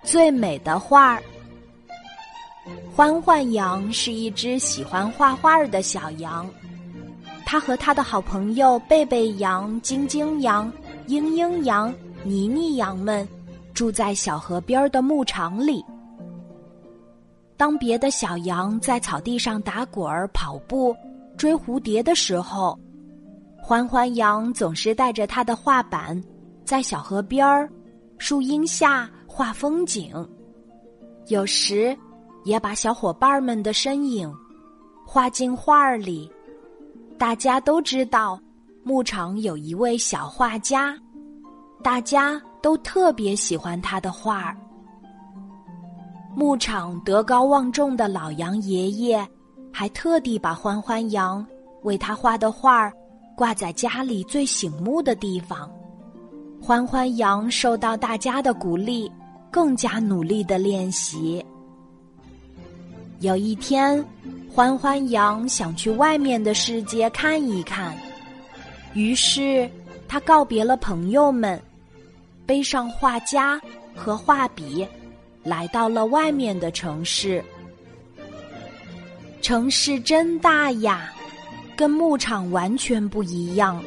最美的画儿。欢欢羊是一只喜欢画画的小羊，它和它的好朋友贝贝羊、晶晶羊、嘤嘤羊、妮妮羊们住在小河边的牧场里。当别的小羊在草地上打滚儿、跑步、追蝴蝶的时候，欢欢羊总是带着他的画板，在小河边儿、树荫下画风景，有时也把小伙伴们的身影画进画里。大家都知道，牧场有一位小画家，大家都特别喜欢他的画。牧场德高望重的老羊爷爷还特地把欢欢羊为他画的画挂在家里最醒目的地方。欢欢羊受到大家的鼓励，更加努力地练习。有一天，欢欢羊想去外面的世界看一看，于是他告别了朋友们，背上画夹和画笔，来到了外面的城市。城市真大呀，跟牧场完全不一样。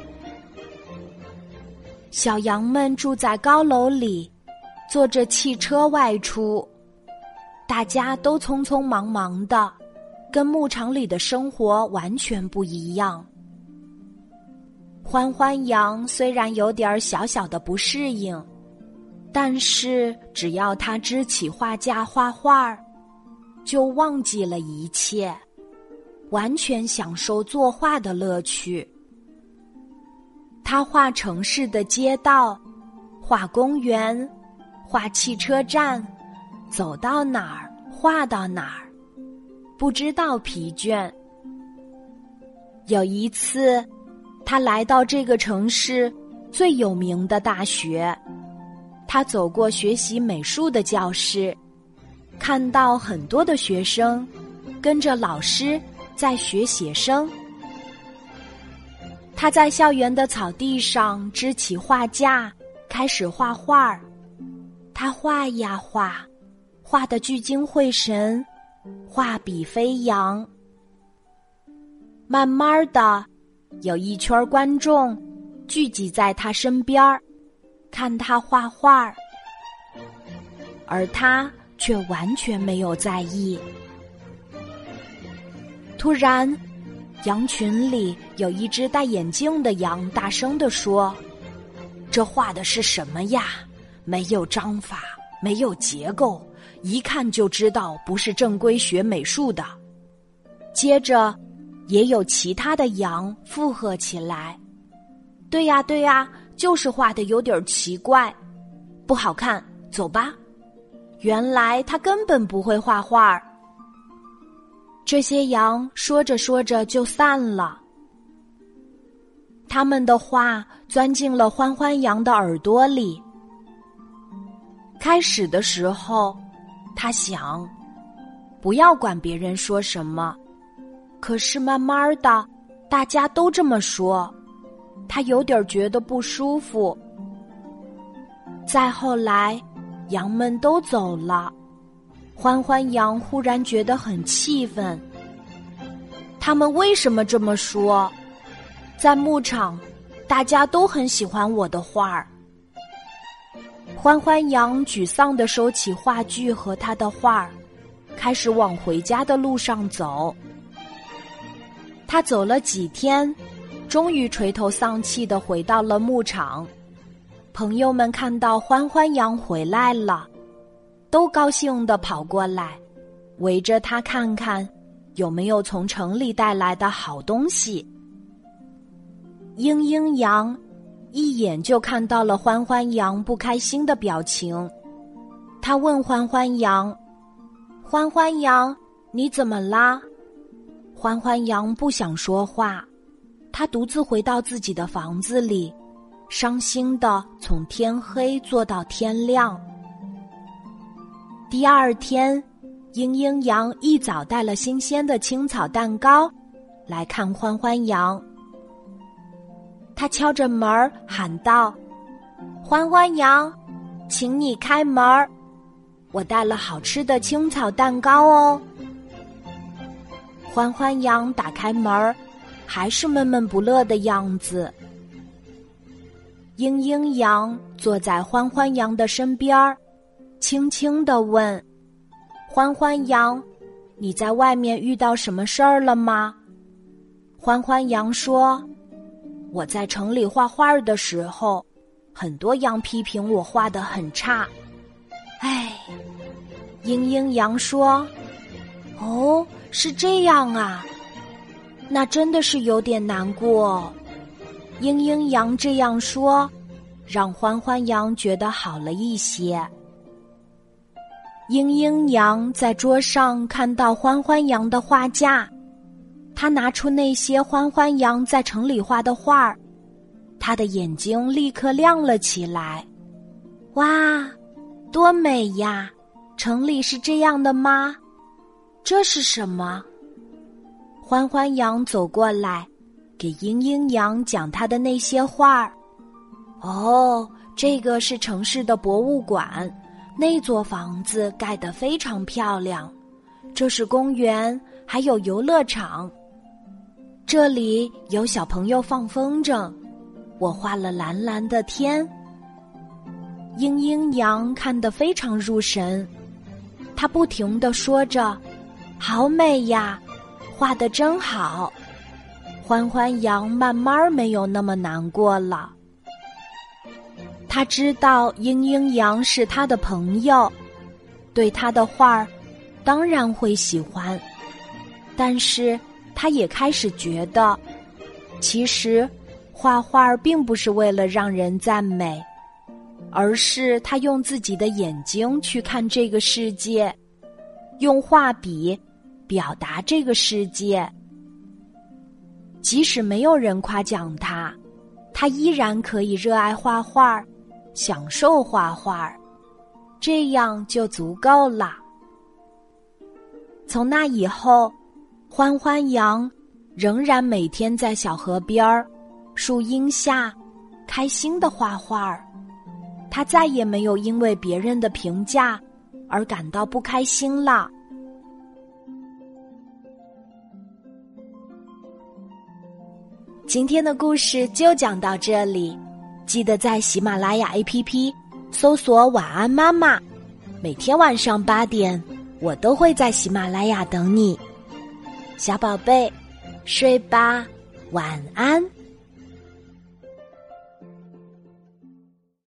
小羊们住在高楼里，坐着汽车外出，大家都匆匆忙忙的，跟牧场里的生活完全不一样。欢欢羊虽然有点小小的不适应，但是只要他支起画架画画，就忘记了一切，完全享受作画的乐趣。他画城市的街道，画公园，画汽车站，走到哪儿画到哪儿，不知道疲倦。有一次，他来到这个城市最有名的大学，他走过学习美术的教室，看到很多的学生跟着老师在学写生。他在校园的草地上支起画架，开始画画。他画呀画，画得聚精会神，画笔飞扬。慢慢的，有一圈观众聚集在他身边，看他画画，而他却完全没有在意。突然，羊群里有一只戴眼镜的羊大声地说：“这画的是什么呀？没有章法，没有结构，一看就知道不是正规学美术的。”接着，也有其他的羊附和起来：“对呀，对呀，就是画的有点奇怪，不好看，走吧。”原来他根本不会画画。这些羊说着说着就散了。他们的话钻进了欢欢羊的耳朵里。开始的时候，他想，不要管别人说什么。可是慢慢的，大家都这么说，他有点觉得不舒服。再后来，羊们都走了，欢欢羊忽然觉得很气愤。他们为什么这么说？在牧场，大家都很喜欢我的画儿。欢欢羊沮丧地收起画具和他的画儿，开始往回家的路上走。他走了几天，终于垂头丧气地回到了牧场。朋友们看到欢欢羊回来了，都高兴地跑过来，围着他看看有没有从城里带来的好东西。嘤嘤羊一眼就看到了欢欢羊不开心的表情，他问欢欢羊：“欢欢羊，你怎么啦？”欢欢羊不想说话，他独自回到自己的房子里，伤心地从天黑坐到天亮。第二天，嘤嘤羊一早带了新鲜的青草蛋糕来看欢欢羊。他敲着门喊道：“欢欢羊，请你开门， 我带了好吃的青草蛋糕哦。欢欢羊打开门，还是闷闷不乐的样子。嘤嘤羊坐在欢欢羊的身边，轻轻地问：欢欢羊，你在外面遇到什么事儿了吗？欢欢羊说：我在城里画画的时候，很多羊批评我画得很差。唉，嘤嘤羊说：哦，是这样啊，那真的是有点难过。嘤嘤羊这样说，让欢欢羊觉得好了一些。嘤嘤羊在桌上看到欢欢羊的画架，他拿出那些欢欢羊在城里画的画儿，他的眼睛立刻亮了起来。哇，多美呀！城里是这样的吗？这是什么？欢欢羊走过来，给嘤嘤羊讲他的那些画儿。哦，这个是城市的博物馆，那座房子盖得非常漂亮。这是公园，还有游乐场。这里有小朋友放风筝，我画了蓝蓝的天。嘤嘤羊看得非常入神，他不停地说着：好美呀，画得真好。欢欢羊慢慢没有那么难过了。他知道嘤嘤羊是他的朋友，对他的画当然会喜欢，但是他也开始觉得，其实画画并不是为了让人赞美，而是他用自己的眼睛去看这个世界，用画笔表达这个世界。即使没有人夸奖他，他依然可以热爱画画，享受画画，这样就足够了。从那以后，欢欢羊仍然每天在小河边儿、树荫下开心地画画。他再也没有因为别人的评价而感到不开心了。今天的故事就讲到这里，记得在喜马拉雅 APP 搜索晚安妈妈，每天晚上8点，我都会在喜马拉雅等你。小宝贝，睡吧，晚安。